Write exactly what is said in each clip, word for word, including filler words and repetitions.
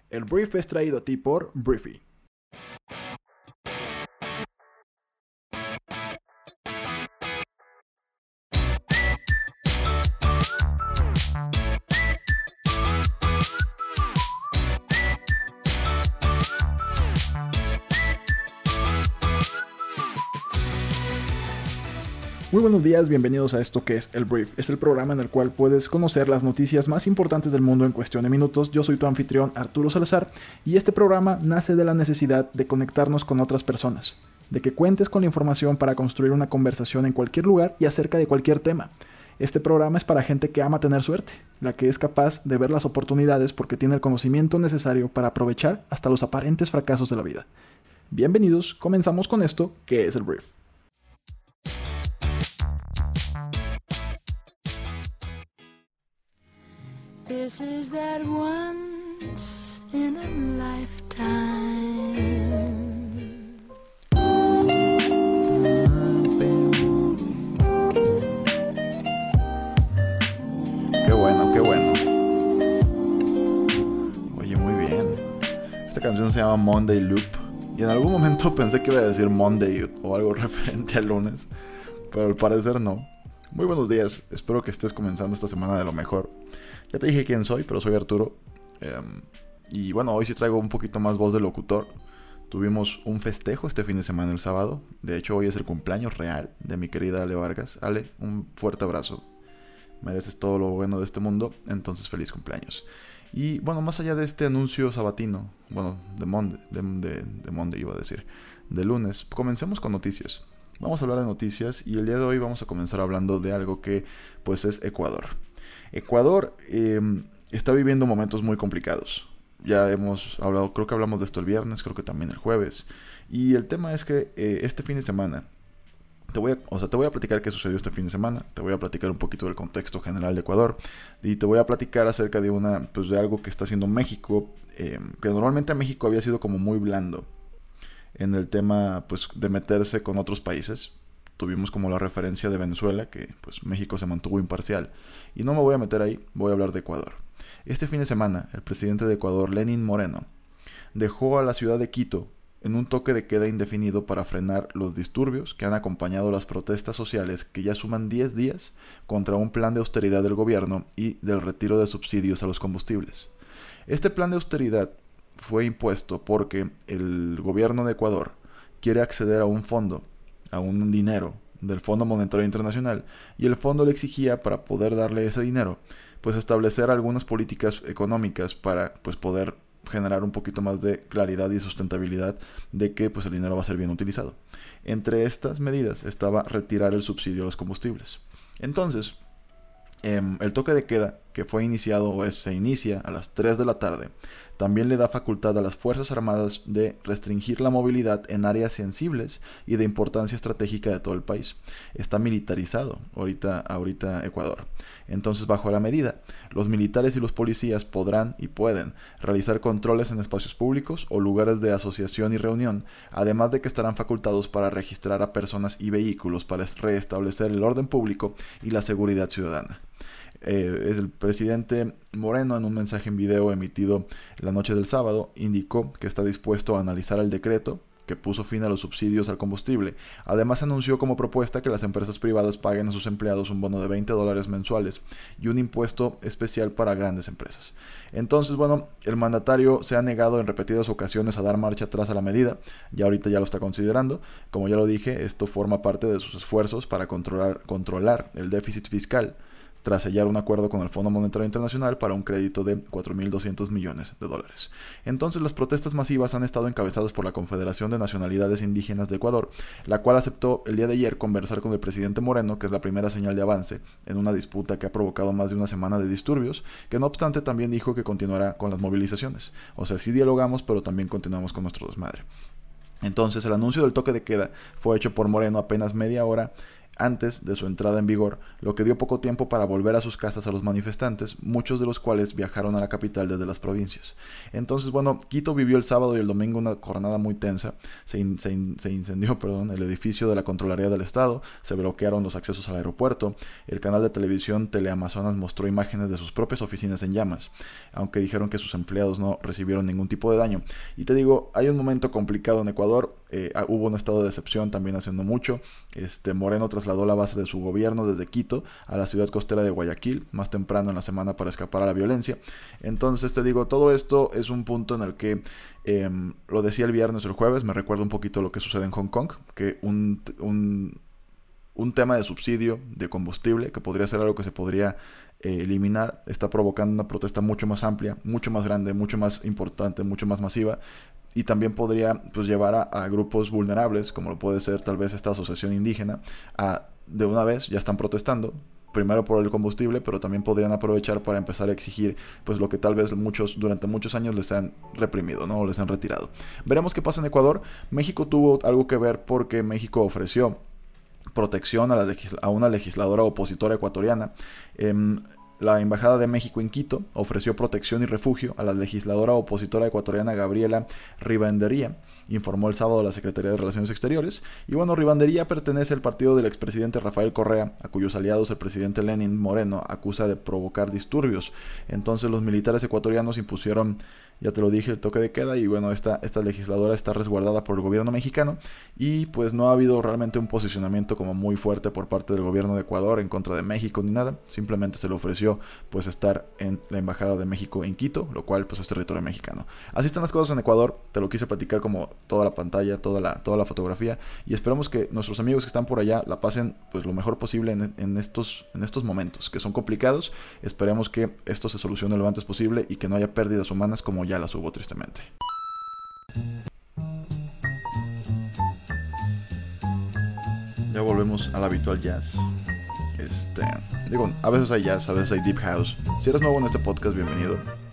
El brief es traído a ti por Briefy. Muy buenos días, bienvenidos a esto que es El Brief. Es el programa en el cual puedes conocer las noticias más importantes del mundo en cuestión de minutos. Yo soy tu anfitrión Arturo Salazar y este programa nace de la necesidad de conectarnos con otras personas, de que cuentes con la información para construir una conversación en cualquier lugar y acerca de cualquier tema. Este programa es para gente que ama tener suerte, la que es capaz de ver las oportunidades porque tiene el conocimiento necesario para aprovechar hasta los aparentes fracasos de la vida. Bienvenidos, comenzamos con esto que es El Brief. This is that once in a lifetime. Qué bueno, qué bueno. Oye, muy bien. Esta canción se llama Monday Loop. Y en algún momento pensé que iba a decir Monday o algo referente al lunes, pero al parecer no. Muy buenos días, espero que estés comenzando esta semana de lo mejor. Ya te dije quién soy, pero soy Arturo. Um, y bueno, hoy sí traigo un poquito más voz de locutor. Tuvimos un festejo este fin de semana, el sábado. De hecho, hoy es el cumpleaños real de mi querida Ale Vargas. Ale, un fuerte abrazo. Mereces todo lo bueno de este mundo, entonces feliz cumpleaños. Y bueno, más allá de este anuncio sabatino, bueno, de Monday, de, de, de Monday iba a decir, de lunes, comencemos con noticias. Vamos a hablar de noticias y el día de hoy vamos a comenzar hablando de algo que pues es Ecuador. Ecuador eh, está viviendo momentos muy complicados. Ya hemos hablado, creo que hablamos de esto el viernes, creo que también el jueves. Y el tema es que eh, este fin de semana, te voy, a, o sea, te voy a platicar qué sucedió este fin de semana, te voy a platicar un poquito del contexto general de Ecuador y te voy a platicar acerca de, una, pues, de algo que está haciendo México, eh, que normalmente México había sido como muy blando en el tema pues, de meterse con otros países. Tuvimos como la referencia de Venezuela, que pues México se mantuvo imparcial. Y no me voy a meter ahí, voy a hablar de Ecuador. Este fin de semana, el presidente de Ecuador, Lenín Moreno, dejó a la ciudad de Quito en un toque de queda indefinido para frenar los disturbios que han acompañado las protestas sociales que ya suman diez días contra un plan de austeridad del gobierno y del retiro de subsidios a los combustibles. Este plan de austeridad fue impuesto porque el gobierno de Ecuador quiere acceder a un fondo, a un dinero del Fondo Monetario Internacional, y el fondo le exigía, para poder darle ese dinero, pues establecer algunas políticas económicas para pues poder generar un poquito más de claridad y sustentabilidad de que pues el dinero va a ser bien utilizado. Entre estas medidas estaba retirar el subsidio a los combustibles. Entonces, eh, el toque de queda, que fue iniciado o es, se inicia a las tres de la tarde, también le da facultad a las Fuerzas Armadas de restringir la movilidad en áreas sensibles y de importancia estratégica de todo el país. Está militarizado ahorita, ahorita Ecuador. Entonces, bajo la medida, los militares y los policías podrán y pueden realizar controles en espacios públicos o lugares de asociación y reunión, además de que estarán facultados para registrar a personas y vehículos para restablecer el orden público y la seguridad ciudadana. Eh, es el presidente Moreno, en un mensaje en video emitido la noche del sábado, indicó que está dispuesto a analizar el decreto que puso fin a los subsidios al combustible. Además, anunció como propuesta que las empresas privadas paguen a sus empleados un bono de veinte dólares mensuales y un impuesto especial para grandes empresas. Entonces, bueno, el mandatario se ha negado en repetidas ocasiones a dar marcha atrás a la medida. Ya ahorita ya lo está considerando. Como ya lo dije, esto forma parte de sus esfuerzos para controlar, controlar el déficit fiscal, tras sellar un acuerdo con el Fondo Monetario Internacional para un crédito de cuatro mil doscientos millones de dólares. Entonces, las protestas masivas han estado encabezadas por la Confederación de Nacionalidades Indígenas de Ecuador, la cual aceptó el día de ayer conversar con el presidente Moreno, que es la primera señal de avance en una disputa que ha provocado más de una semana de disturbios, que no obstante también dijo que continuará con las movilizaciones. O sea, sí dialogamos, pero también continuamos con nuestro desmadre. Entonces, el anuncio del toque de queda fue hecho por Moreno apenas media hora antes de su entrada en vigor, lo que dio poco tiempo para volver a sus casas a los manifestantes, muchos de los cuales viajaron a la capital desde las provincias. Entonces, bueno, Quito vivió el sábado y el domingo una jornada muy tensa. Se, in, se, in, se incendió perdón, el edificio de la Contraloría del Estado, se bloquearon los accesos al aeropuerto, el canal de televisión Teleamazonas mostró imágenes de sus propias oficinas en llamas, aunque dijeron que sus empleados no recibieron ningún tipo de daño. Y te digo, hay un momento complicado en Ecuador, eh, hubo un estado de excepción también hace no mucho. Este, Moreno trasladó la base de su gobierno desde Quito a la ciudad costera de Guayaquil, más temprano en la semana para escapar a la violencia. Entonces te digo, todo esto es un punto en el que, eh, lo decía el viernes o el jueves, me recuerda un poquito lo que sucede en Hong Kong, que un... un Un tema de subsidio de combustible, que podría ser algo que se podría eh, eliminar, está provocando una protesta mucho más amplia, mucho más grande, mucho más importante, mucho más masiva, y también podría pues, llevar a, a grupos vulnerables, como lo puede ser tal vez esta asociación indígena, a de una vez ya están protestando, primero por el combustible, pero también podrían aprovechar para empezar a exigir pues lo que tal vez muchos durante muchos años les han reprimido, ¿no? O les han retirado. Veremos qué pasa en Ecuador. México tuvo algo que ver porque México ofreció protección a, la legisla- a una legisladora opositora ecuatoriana. Eh, la Embajada de México en Quito ofreció protección y refugio a la legisladora opositora ecuatoriana Gabriela Rivadeneira, informó el sábado la Secretaría de Relaciones Exteriores. Y bueno, Rivadeneira pertenece al partido del expresidente Rafael Correa, a cuyos aliados el presidente Lenín Moreno acusa de provocar disturbios. Entonces los militares ecuatorianos impusieron, ya te lo dije, el toque de queda, y bueno, esta, esta legisladora está resguardada por el gobierno mexicano, y pues no ha habido realmente un posicionamiento como muy fuerte por parte del gobierno de Ecuador en contra de México ni nada. Simplemente se le ofreció pues estar en la Embajada de México en Quito, lo cual pues es territorio mexicano. Así están las cosas en Ecuador. Te lo quise platicar como toda la pantalla, toda la, toda la fotografía, y esperamos que nuestros amigos que están por allá la pasen pues lo mejor posible en, en, estos, en estos momentos que son complicados. Esperemos que esto se solucione lo antes posible y que no haya pérdidas humanas como ya las hubo tristemente. Ya volvemos al habitual jazz. Este, digo, a veces hay jazz, a veces hay deep house. Si eres nuevo en este podcast, bienvenido.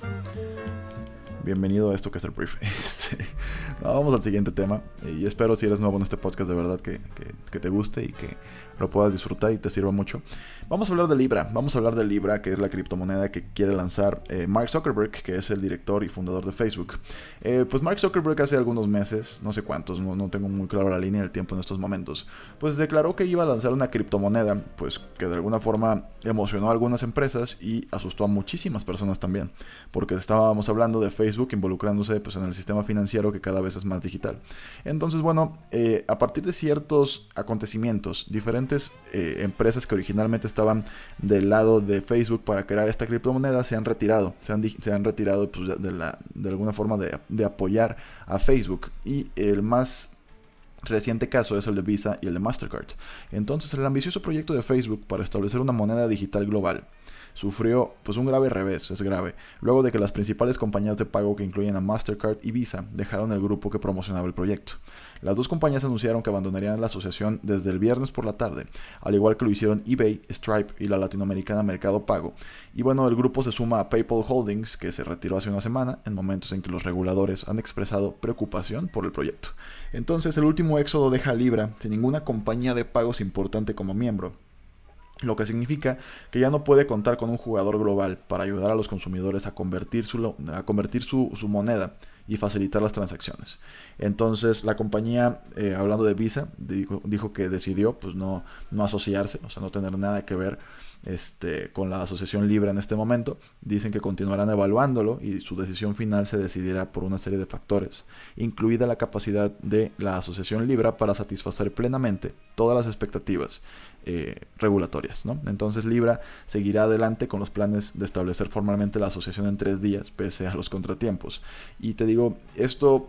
Bienvenido a esto que es el brief. Este, no, vamos al siguiente tema. Y espero, si eres nuevo en este podcast, de verdad que, que, que te guste y que lo puedas disfrutar y te sirva mucho. Vamos a hablar de Libra. Vamos a hablar de Libra, que es la criptomoneda que quiere lanzar eh, Mark Zuckerberg, que es el director y fundador de Facebook. Eh, pues Mark Zuckerberg hace algunos meses, no sé cuántos, no, no tengo muy claro la línea del tiempo en estos momentos, pues declaró que iba a lanzar una criptomoneda, pues que de alguna forma emocionó a algunas empresas y asustó a muchísimas personas también, porque estábamos hablando de Facebook involucrándose pues en el sistema financiero que cada vez es más digital. Entonces, bueno, eh, a partir de ciertos acontecimientos, diferentes eh, empresas que originalmente estaban del lado de Facebook para crear esta criptomoneda se han retirado, se han, se han retirado pues, de, de, la, de alguna forma de, de apoyar a Facebook, y el más reciente caso es el de Visa y el de Mastercard. Entonces, el ambicioso proyecto de Facebook para establecer una moneda digital global sufrió pues un grave revés, es grave, luego de que las principales compañías de pago que incluyen a Mastercard y Visa dejaron el grupo que promocionaba el proyecto. Las dos compañías anunciaron que abandonarían la asociación desde el viernes por la tarde, al igual que lo hicieron eBay, Stripe y la latinoamericana Mercado Pago. Y bueno, el grupo se suma a PayPal Holdings, que se retiró hace una semana, en momentos en que los reguladores han expresado preocupación por el proyecto. Entonces, el último éxodo deja a Libra sin ninguna compañía de pagos importante como miembro, lo que significa que ya no puede contar con un jugador global para ayudar a los consumidores a convertir su, a convertir su, su moneda y facilitar las transacciones. Entonces la compañía, eh, hablando de Visa, dijo, dijo que decidió pues no, no asociarse, o sea, no tener nada que ver este, con la asociación Libra en este momento. Dicen que continuarán evaluándolo y su decisión final se decidirá por una serie de factores, incluida la capacidad de la asociación Libra para satisfacer plenamente todas las expectativas Eh, regulatorias, ¿no? Entonces Libra seguirá adelante con los planes de establecer formalmente la asociación en tres días, pese a los contratiempos. Y te digo, esto,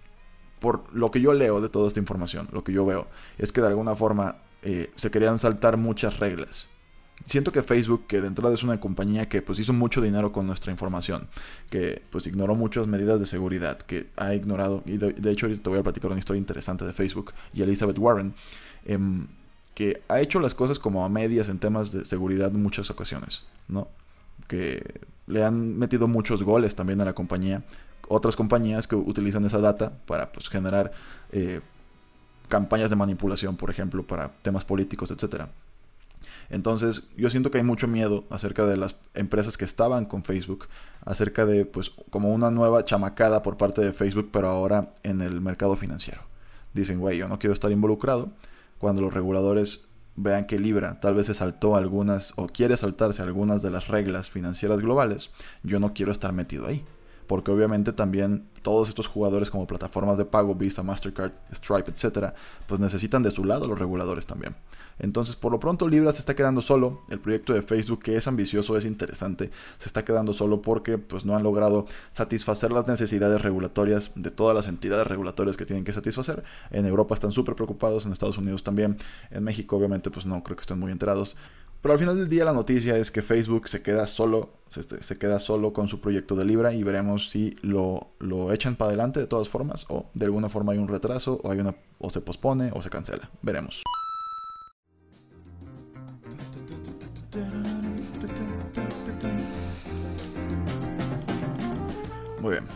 por lo que yo leo de toda esta información, lo que yo veo, es que de alguna forma eh, se querían saltar muchas reglas. Siento que Facebook, que de entrada es una compañía que pues hizo mucho dinero con nuestra información, que pues ignoró muchas medidas de seguridad, que ha ignorado, y de, de hecho ahorita te voy a platicar una historia interesante de Facebook y Elizabeth Warren, eh, que ha hecho las cosas como a medias en temas de seguridad en muchas ocasiones, ¿no? Que le han metido muchos goles también a la compañía. Otras compañías que utilizan esa data para pues generar eh, campañas de manipulación, por ejemplo, para temas políticos, etcétera. Entonces, yo siento que hay mucho miedo acerca de las empresas que estaban con Facebook, acerca de, pues, como una nueva chamacada por parte de Facebook, pero ahora en el mercado financiero. Dicen, güey, yo no quiero estar involucrado. Cuando los reguladores vean que Libra tal vez se saltó algunas, o quiere saltarse algunas de las reglas financieras globales, yo no quiero estar metido ahí. Porque obviamente también todos estos jugadores como plataformas de pago, Visa, Mastercard, Stripe, etcétera, pues necesitan de su lado los reguladores también. Entonces, por lo pronto, Libra se está quedando solo. El proyecto de Facebook, que es ambicioso, es interesante, se está quedando solo porque pues, no han logrado satisfacer las necesidades regulatorias de todas las entidades regulatorias que tienen que satisfacer. En Europa están súper preocupados, en Estados Unidos también. En México, obviamente, pues no creo que estén muy enterados. Pero al final del día la noticia es que Facebook se queda solo, se, se queda solo con su proyecto de Libra y veremos si lo, lo echan para adelante de todas formas o de alguna forma hay un retraso o, hay una, o se pospone o se cancela. Veremos. Muy bien.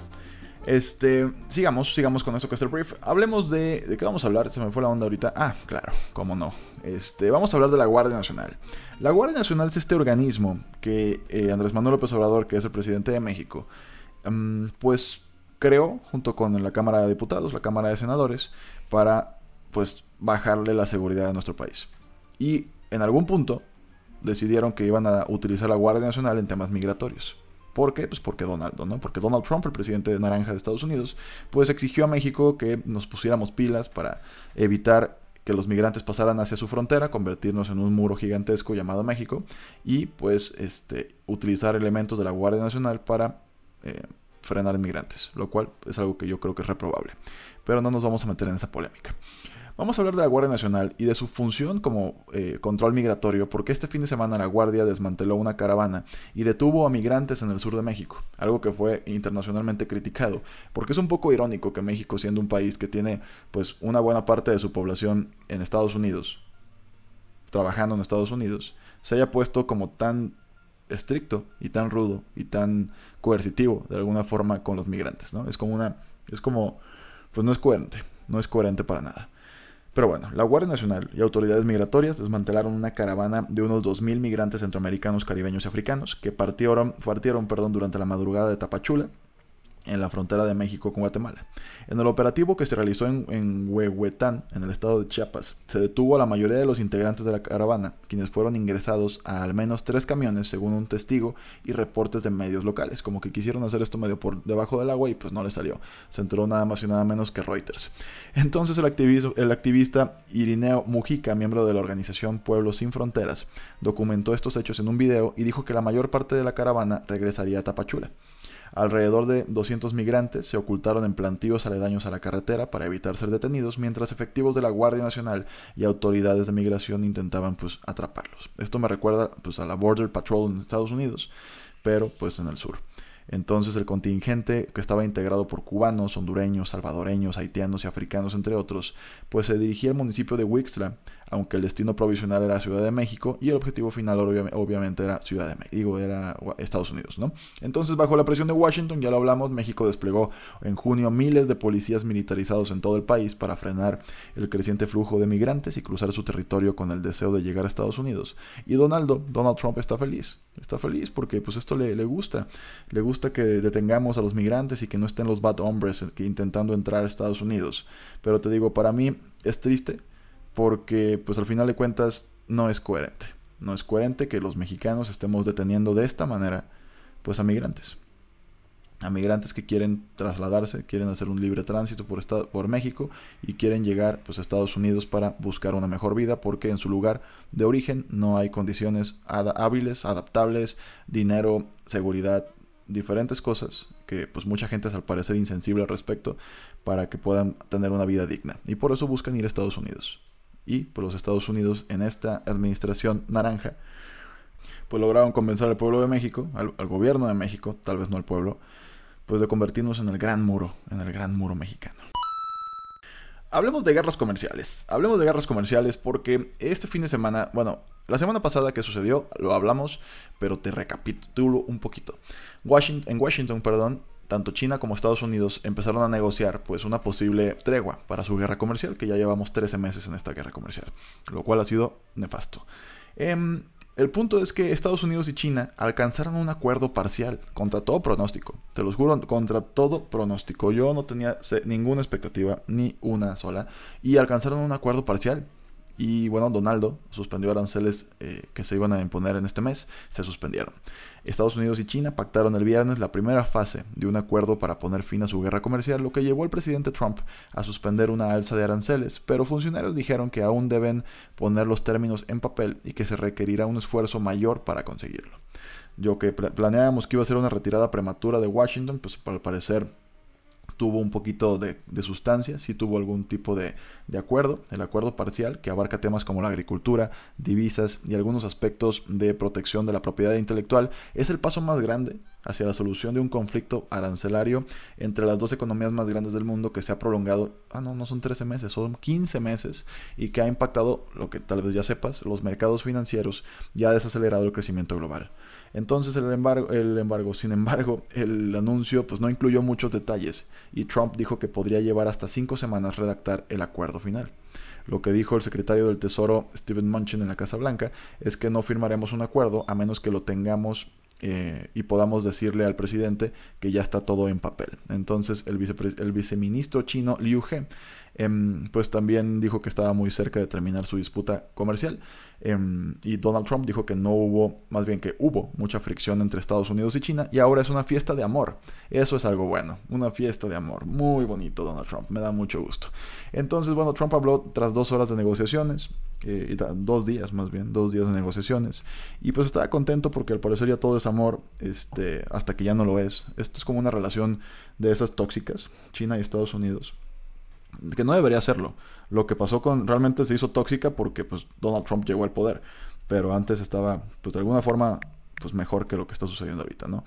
Este, sigamos, sigamos con esto que es el brief. Hablemos de, ¿de qué vamos a hablar? Se me fue la onda ahorita. Ah, claro, cómo no. Este, vamos a hablar de la Guardia Nacional. La Guardia Nacional es este organismo que eh, Andrés Manuel López Obrador, que es el presidente de México, um, pues creó junto con la Cámara de Diputados, la Cámara de Senadores, para pues bajarle la seguridad a nuestro país. Y en algún punto decidieron que iban a utilizar la Guardia Nacional en temas migratorios. ¿Por qué? Pues porque Donaldo, ¿no? Porque Donald Trump, el presidente naranja de Estados Unidos, pues exigió a México que nos pusiéramos pilas para evitar que los migrantes pasaran hacia su frontera, convertirnos en un muro gigantesco llamado México y pues este, utilizar elementos de la Guardia Nacional para eh, frenar inmigrantes, lo cual es algo que yo creo que es reprobable. Pero no nos vamos a meter en esa polémica. Vamos a hablar de la Guardia Nacional y de su función como eh, control migratorio, porque este fin de semana la Guardia desmanteló una caravana y detuvo a migrantes en el sur de México, algo que fue internacionalmente criticado, porque es un poco irónico que México, siendo un país que tiene pues una buena parte de su población en Estados Unidos, trabajando en Estados Unidos, se haya puesto como tan estricto y tan rudo y tan coercitivo de alguna forma con los migrantes, ¿no? Es como una, es como, pues no es coherente, no es coherente para nada. Pero bueno, la Guardia Nacional y autoridades migratorias desmantelaron una caravana de unos dos mil migrantes centroamericanos, caribeños y africanos que partieron, partieron perdón, durante la madrugada de Tapachula, en la frontera de México con Guatemala. En el operativo que se realizó en, en Huehuetán, en el estado de Chiapas, se detuvo a la mayoría de los integrantes de la caravana, quienes fueron ingresados a al menos tres camiones, según un testigo y reportes de medios locales. Como que quisieron hacer esto medio por debajo del agua y pues no les salió. Se enteró nada más y nada menos que Reuters. Entonces el, activizo, el activista Irineo Mujica, miembro de la organización Pueblos Sin Fronteras, documentó estos hechos en un video y dijo que la mayor parte de la caravana regresaría a Tapachula. Alrededor de doscientos migrantes se ocultaron en plantíos aledaños a la carretera para evitar ser detenidos, mientras efectivos de la Guardia Nacional y autoridades de migración intentaban pues atraparlos. Esto me recuerda pues a la Border Patrol en Estados Unidos, pero pues en el sur. Entonces el contingente, que estaba integrado por cubanos, hondureños, salvadoreños, haitianos y africanos, entre otros, pues se dirigía al municipio de Huixtla, aunque el destino provisional era Ciudad de México y el objetivo final obvi- obviamente era Ciudad de México, digo, era Estados Unidos, ¿no? Entonces, bajo la presión de Washington, ya lo hablamos, México desplegó en junio miles de policías militarizados en todo el país para frenar el creciente flujo de migrantes y cruzar su territorio con el deseo de llegar a Estados Unidos. Y Donaldo, Donald Trump está feliz, está feliz porque pues esto le, le gusta, le gusta que detengamos a los migrantes y que no estén los bad hombres que intentando entrar a Estados Unidos. Pero te digo, para mí es triste porque pues al final de cuentas no es coherente. No es coherente que los mexicanos estemos deteniendo de esta manera pues a migrantes. A migrantes que quieren trasladarse, quieren hacer un libre tránsito por, esta, por México y quieren llegar pues, a Estados Unidos para buscar una mejor vida porque en su lugar de origen no hay condiciones ad- hábiles, adaptables, dinero, seguridad, diferentes cosas que pues mucha gente es al parecer insensible al respecto para que puedan tener una vida digna. Y por eso buscan ir a Estados Unidos. Y pues los Estados Unidos en esta administración naranja pues lograron convencer al pueblo de México, al, al gobierno de México, tal vez no al pueblo, pues de convertirnos en el gran muro, en el gran muro mexicano. Hablemos de guerras comerciales, hablemos de guerras comerciales porque este fin de semana, bueno, la semana pasada que sucedió, lo hablamos, pero te recapitulo un poquito. Washington, en Washington, perdón, tanto China como Estados Unidos empezaron a negociar pues una posible tregua para su guerra comercial, que ya llevamos trece meses en esta guerra comercial, lo cual ha sido nefasto. Eh, el punto es que Estados Unidos y China alcanzaron un acuerdo parcial, contra todo pronóstico, te los juro, contra todo pronóstico. Yo no tenía ninguna expectativa, ni una sola, y alcanzaron un acuerdo parcial. Y bueno, Donaldo suspendió aranceles eh, que se iban a imponer en este mes, se suspendieron. Estados Unidos y China pactaron el viernes la primera fase de un acuerdo para poner fin a su guerra comercial, lo que llevó al presidente Trump a suspender una alza de aranceles, pero funcionarios dijeron que aún deben poner los términos en papel y que se requerirá un esfuerzo mayor para conseguirlo. Yo que planeábamos que iba a ser una retirada prematura de Washington, pues al parecer tuvo un poquito de, de sustancia, sí tuvo algún tipo de, de acuerdo, el acuerdo parcial, que abarca temas como la agricultura, divisas y algunos aspectos de protección de la propiedad intelectual. Es el paso más grande hacia la solución de un conflicto arancelario entre las dos economías más grandes del mundo que se ha prolongado, ah no, no son trece meses, son quince meses, y que ha impactado, lo que tal vez ya sepas, los mercados financieros y ha desacelerado el crecimiento global. Entonces el embargo, el embargo, sin embargo, el anuncio pues no incluyó muchos detalles y Trump dijo que podría llevar hasta cinco semanas redactar el acuerdo final. Lo que dijo el secretario del Tesoro Steven Mnuchin en la Casa Blanca es que no firmaremos un acuerdo a menos que lo tengamos eh, y podamos decirle al presidente que ya está todo en papel. Entonces el, vicepre- el viceministro chino Liu He eh, pues también dijo que estaba muy cerca de terminar su disputa comercial. Um, y Donald Trump dijo que no hubo, más bien que hubo mucha fricción entre Estados Unidos y China, y ahora es una fiesta de amor. Eso es algo bueno, una fiesta de amor. Muy bonito Donald Trump, me da mucho gusto. Entonces, bueno, Trump habló tras dos horas de negociaciones, eh, dos días más bien, dos días de negociaciones, y pues estaba contento porque al parecer ya todo es amor, este, hasta que ya no lo es. Esto es como una relación de esas tóxicas, China y Estados Unidos, que no debería serlo. Lo que pasó con realmente se hizo tóxica porque pues Donald Trump llegó al poder, pero antes estaba pues de alguna forma pues mejor que lo que está sucediendo ahorita, ¿no?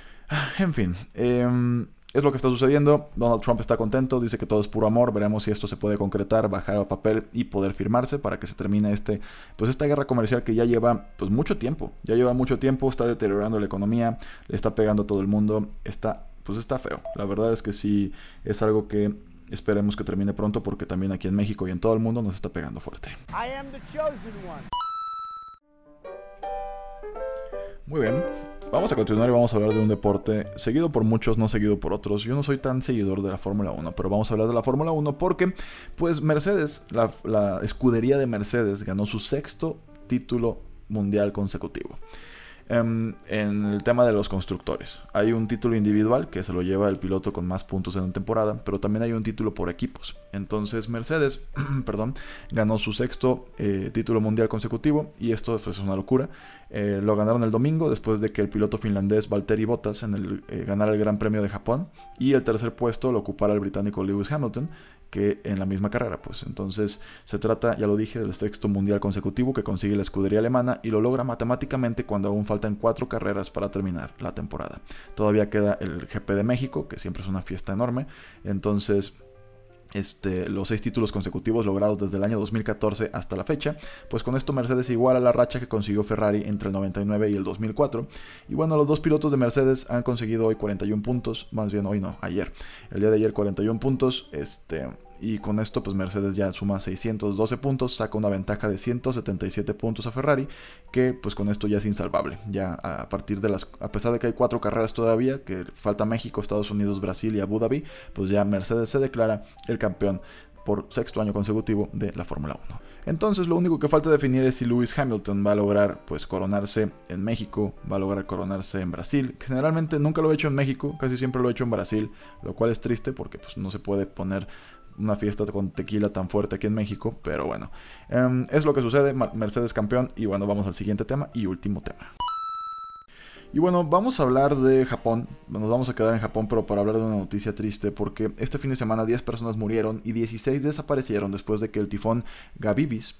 En fin, eh, es lo que está sucediendo. Donald Trump está contento, dice que todo es puro amor. Veremos si esto se puede concretar, bajar a papel y poder firmarse para que se termine este pues esta guerra comercial que ya lleva pues mucho tiempo, ya lleva mucho tiempo, está deteriorando la economía, le está pegando a todo el mundo, está pues está feo. La verdad es que sí es algo que esperemos que termine pronto porque también aquí en México y en todo el mundo nos está pegando fuerte. I am the chosen one. Muy bien, vamos a continuar y vamos a hablar de un deporte seguido por muchos, no seguido por otros. Yo no soy tan seguidor de la Fórmula uno, pero vamos a hablar de la Fórmula uno porque pues Mercedes, la, la escudería de Mercedes ganó su sexto título mundial consecutivo. Um, en el tema de los constructores hay un título individual que se lo lleva el piloto con más puntos en la temporada, pero también hay un título por equipos. Entonces Mercedes perdón, ganó su sexto eh, título mundial consecutivo, y esto pues, es una locura. Eh, lo ganaron el domingo después de que el piloto finlandés Valtteri Bottas en el, eh, ganara el Gran Premio de Japón, y el tercer puesto lo ocupara el británico Lewis Hamilton, que en la misma carrera, pues. Entonces se trata, ya lo dije, del sexto mundial consecutivo que consigue la escudería alemana, y lo logra matemáticamente cuando aún faltan cuatro carreras para terminar la temporada. Todavía queda el G P de México, que siempre es una fiesta enorme. Entonces Este, los seis títulos consecutivos logrados desde el año dos mil catorce hasta la fecha, pues con esto Mercedes iguala la racha que consiguió Ferrari entre el noventa y nueve y el dos mil cuatro. Y bueno, los dos pilotos de Mercedes han conseguido hoy cuarenta y uno puntos, más bien hoy no, ayer, el día de ayer cuarenta y uno puntos, este, y con esto pues Mercedes ya suma seiscientos doce puntos, saca una ventaja de ciento setenta y siete puntos a Ferrari, que pues con esto ya es insalvable. Ya a partir de las, a pesar de que hay cuatro carreras todavía, que falta México, Estados Unidos, Brasil y Abu Dhabi, pues ya Mercedes se declara el campeón por sexto año consecutivo de la Fórmula uno. Entonces lo único que falta definir es si Lewis Hamilton va a lograr pues coronarse en México, va a lograr coronarse en Brasil. Generalmente nunca lo he hecho en México, casi siempre lo he hecho en Brasil, lo cual es triste porque pues no se puede poner una fiesta con tequila tan fuerte aquí en México, pero bueno, um, es lo que sucede. Mercedes campeón. Y bueno, vamos al siguiente tema y último tema. Y bueno, vamos a hablar de Japón. Nos vamos a quedar en Japón, pero para hablar de una noticia triste, porque este fin de semana diez personas murieron y dieciséis desaparecieron después de que el tifón Gabibis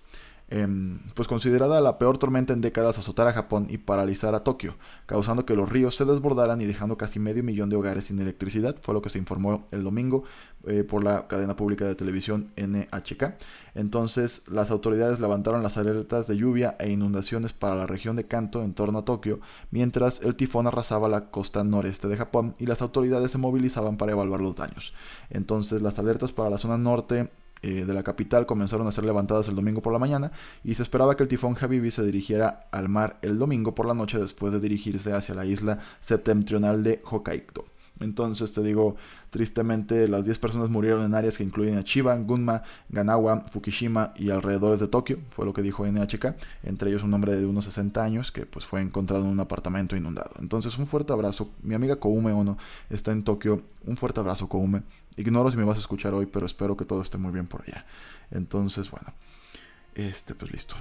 eh, pues considerada la peor tormenta en décadas, azotara a Japón y paralizara a Tokio, causando que los ríos se desbordaran y dejando casi medio millón de hogares sin electricidad. Fue lo que se informó el domingo eh, por la cadena pública de televisión N H K. Entonces las autoridades levantaron las alertas de lluvia e inundaciones para la región de Kanto en torno a Tokio, mientras el tifón arrasaba la costa noreste de Japón y las autoridades se movilizaban para evaluar los daños. Entonces las alertas para la zona norte de la capital comenzaron a ser levantadas el domingo por la mañana y se esperaba que el tifón Habibi se dirigiera al mar el domingo por la noche después de dirigirse hacia la isla septentrional de Hokkaido. Entonces te digo, tristemente las diez personas murieron en áreas que incluyen a Chiba, Gunma, Kanawa, Fukushima y alrededores de Tokio, fue lo que dijo N H K, entre ellos un hombre de unos sesenta años que pues fue encontrado en un apartamento inundado. Entonces un fuerte abrazo, mi amiga Koume Ono está en Tokio, un fuerte abrazo Koume, ignoro si me vas a escuchar hoy, pero espero que todo esté muy bien por allá. Entonces bueno, este pues listo.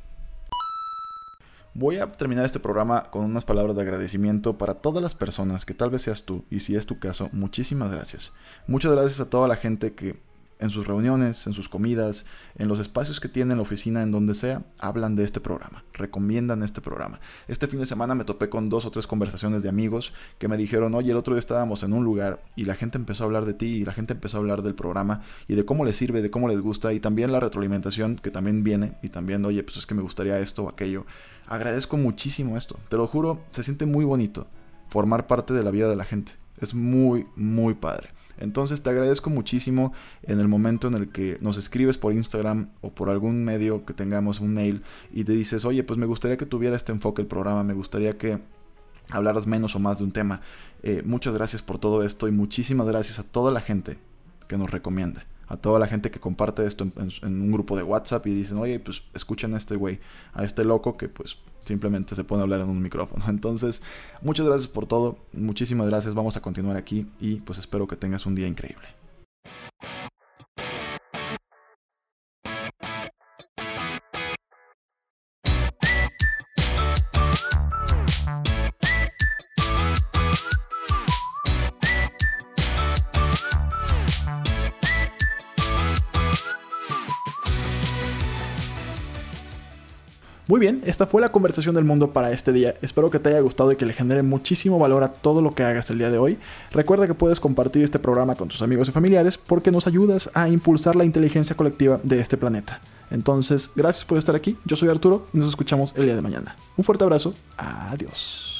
Voy a terminar este programa con unas palabras de agradecimiento para todas las personas, que tal vez seas tú, y si es tu caso, muchísimas gracias. Muchas gracias a toda la gente que en sus reuniones, en sus comidas, en los espacios que tienen en la oficina, en donde sea, hablan de este programa, recomiendan este programa. Este fin de semana me topé con dos o tres conversaciones de amigos que me dijeron, oye, el otro día estábamos en un lugar y la gente empezó a hablar de ti y la gente empezó a hablar del programa y de cómo les sirve, de cómo les gusta y también la retroalimentación que también viene y también, oye, pues es que me gustaría esto o aquello. Agradezco muchísimo esto, te lo juro, se siente muy bonito formar parte de la vida de la gente. Es muy, muy padre. Entonces te agradezco muchísimo en el momento en el que nos escribes por Instagram o por algún medio que tengamos un mail y te dices, oye, pues me gustaría que tuviera este enfoque el programa, me gustaría que hablaras menos o más de un tema. Eh, muchas gracias por todo esto y muchísimas gracias a toda la gente que nos recomienda. A toda la gente que comparte esto en, en, en un grupo de WhatsApp y dicen, oye, pues escuchen a este güey, a este loco que pues simplemente se pone a hablar en un micrófono. Entonces, muchas gracias por todo, muchísimas gracias, vamos a continuar aquí y pues espero que tengas un día increíble. Muy bien, esta fue la conversación del mundo para este día. Espero que te haya gustado y que le genere muchísimo valor a todo lo que hagas el día de hoy. Recuerda que puedes compartir este programa con tus amigos y familiares porque nos ayudas a impulsar la inteligencia colectiva de este planeta. Entonces, gracias por estar aquí. Yo soy Arturo y nos escuchamos el día de mañana. Un fuerte abrazo. Adiós.